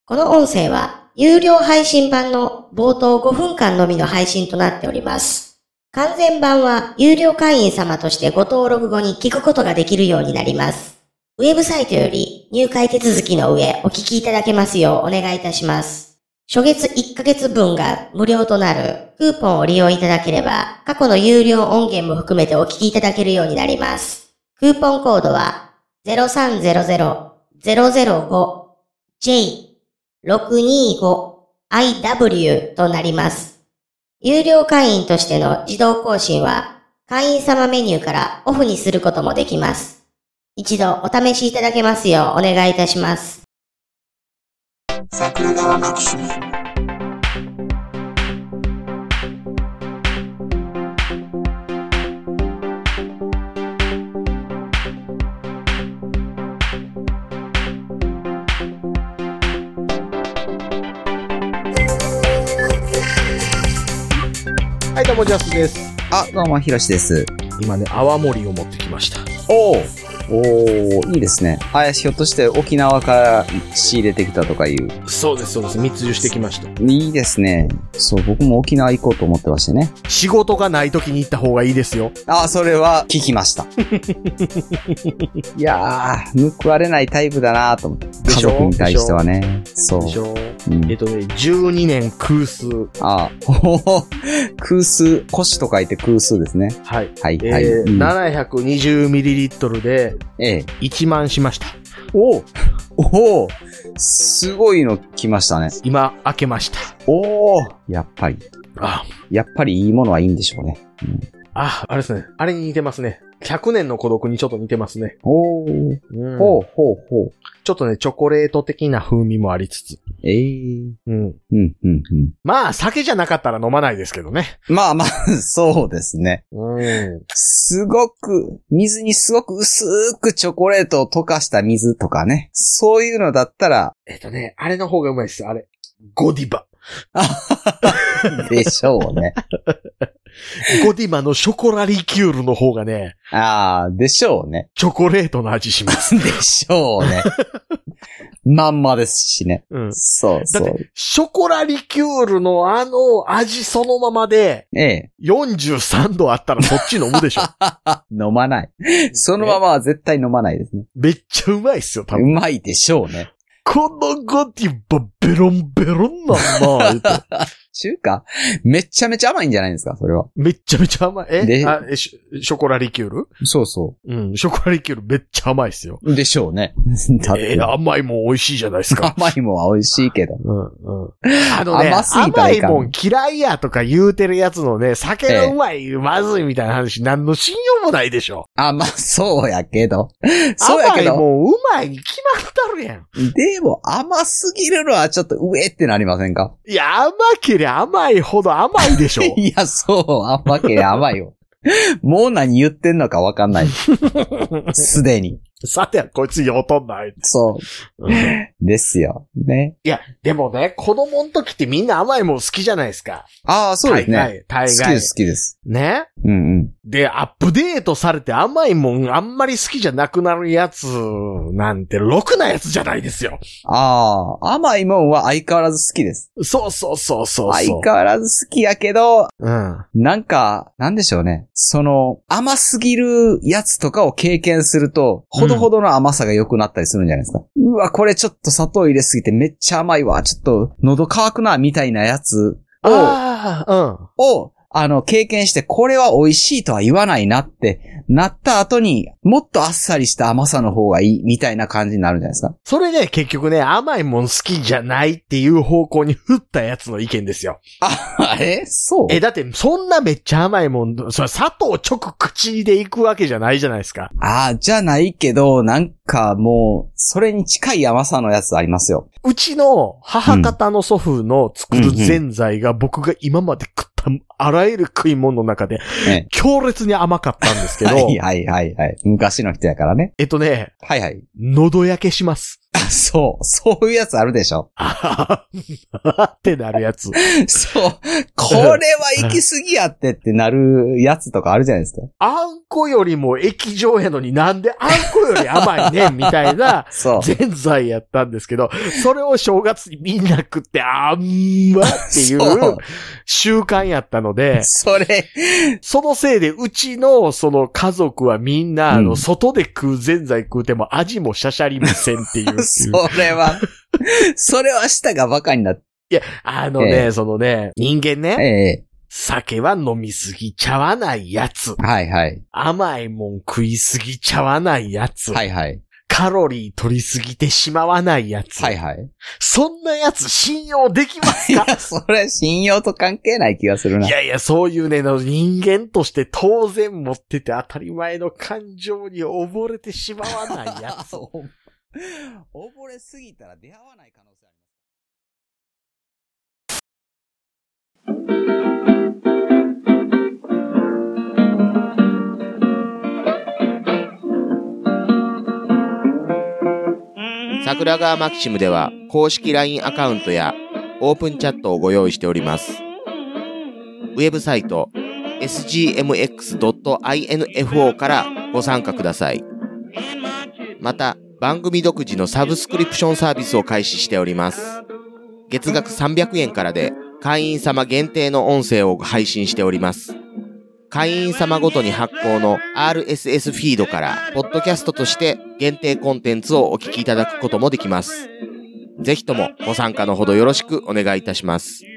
この音声は有料配信版の冒頭5分間のみの配信となっております。完全版は有料会員様としてご登録後に聞くことができるようになります。ウェブサイトより入会手続きの上お聞きいただけますようお願いいたします。初月1ヶ月分が無料となるクーポンを利用いただければ過去の有料音源も含めてお聞きいただけるようになります。クーポンコードは 0300-005J625IW となります。有料会員としての自動更新は会員様メニューからオフにすることもできます。一度お試しいただけますようお願いいたします。 桜川マキシム。 はい、どうもジャスです。 あ、どうも、ひろしです。 今ね、泡盛を持ってきました。 おー、いいですね。ひょっとして沖縄から仕入れてきたとかいう。 そうです、そうです。密輸してきました。 いいですね。そう、僕も沖縄行こうと思ってましてね。 仕事がない時に行った方がいいですよ。 それは聞きました。いやー、報われないタイプだなと思って。家族に対してはね。そう。 でしょ、12年空数。 空数、腰と書いて空数ですね。 はい。 はい、 720ml で、1万しました。 おすごいの来ましたね。 今、開けました。 やっぱりいいものはいいんでしょうね。 あれですね。あれに似てますね。100年の孤独にちょっと似てますね。ちょっとね、チョコレート的な風味もありつつ。まあ、酒じゃなかったら飲まないですけどね。 まあ、そうですね。水にすごく薄くチョコレートを溶かした水とかね。そういうのだったら。 あれの方がうまいですよ。あれ。ゴディバ。 でしょうね。 ゴディバのショコラリキュールの方がね。 でしょうね。 チョコレートの味します。 でしょうね。まんまですしね。そう。 だって、ショコラリキュールの味そのままで、43度あったらそっち飲むでしょ。 飲まない。そのままは絶対飲まないですね。 めっちゃうまいっすよ、多分。 うまいでしょうね。 このゴディバベロンベロンなんな、言うて。 中華めちゃめちゃ甘いんじゃないですか、それは。 めっちゃめちゃ甘い。ショコラリキュール？ そうそう。 ショコラリキュールめっちゃ甘いっすよ。 でしょうね。 甘いもん美味しいじゃないですか。 甘いもんは美味しいけど。 甘すぎたらいかん。甘いもん嫌いやとか言うてるやつのね、酒がうまい、まずいみたいな話、何の信用もないでしょ。 そうやけど。 甘いもんうまいに決まったるやん。 でも甘すぎるのはちょっと上ってなりませんか？ いや、甘けりゃ甘いほど甘いでしょ。 いや、そう、甘けりゃ甘いよ。もう何言ってんのかわかんない。すでに。 さてはこいつようとんない。 そう。ですよ。ね。 いや、でもね、子供の時ってみんな甘いもん好きじゃないですか。 そうですね。 大概。 好きです。 ね。で、アップデートされて甘いもんあんまり好きじゃなくなるやつなんてろくなやつじゃないですよ。 甘いもんは相変わらず好きです。 そう。 相変わらず好きやけど、なんでしょうね。甘すぎるやつとかを経験すると、ほどほどの甘さが良くなったりするんじゃないですか。うわ、これちょっと砂糖入れすぎてめっちゃ甘いわ。ちょっと喉乾くな、みたいなやつを、経験して、これは美味しいとは言わないなってなった後に、もっとあっさりした甘さの方がいい、みたいな感じになるんじゃないですか。 それね、結局ね、甘いもん好きじゃないっていう方向に振ったやつの意見ですよ。 そう？ だって、そんなめっちゃ甘いもん、それ砂糖直口で行くわけじゃないじゃないですか。 じゃないけど、なんかもう、それに近い甘さのやつありますよ。 うちの母方の祖父の作るぜんざいが僕が今まで食ったあらゆる食い物の中で、強烈に甘かったんですけど。 はい。昔の人やからね。 喉焼けします。 そういうやつあるでしょ。 ってなるやつ。 そう。これは行き過ぎやってなるやつとかあるじゃないですか。 あんこよりも液状やのになんであんこより甘いねんみたいなぜんざいやったんですけど、それを正月にみんな食ってあんまっていう習慣やったので、そのせいでうちのその家族はみんな外で食うぜんざい食うても味もしゃしゃりませんっていう。 それは舌がバカになって。 いや、そのね、人間ね、酒は飲みすぎちゃわないやつ。 はいはい。 甘いもん食いすぎちゃわないやつ。 はいはい。 カロリー取りすぎてしまわないやつ。 はいはい。 そんなやつ信用できますか？ いや、それ信用と関係ない気がするな。 いやいや、そういうね、人間として当然持ってて当たり前の感情に溺れてしまわないやつ。 溺れすぎたら出会わない可能性あります。 桜川マキシムでは公式 LINE アカウントやオープンチャットをご用意しております。ウェブサイト sgmx.info からご参加ください。また、番組独自のサブスクリプションサービスを開始しております。月額300円からで会員様限定の音声を配信しております。会員様ごとに発行の RSS フィードからポッドキャストとして限定コンテンツをお聞きいただくこともできます。ぜひともご参加のほどよろしくお願いいたします。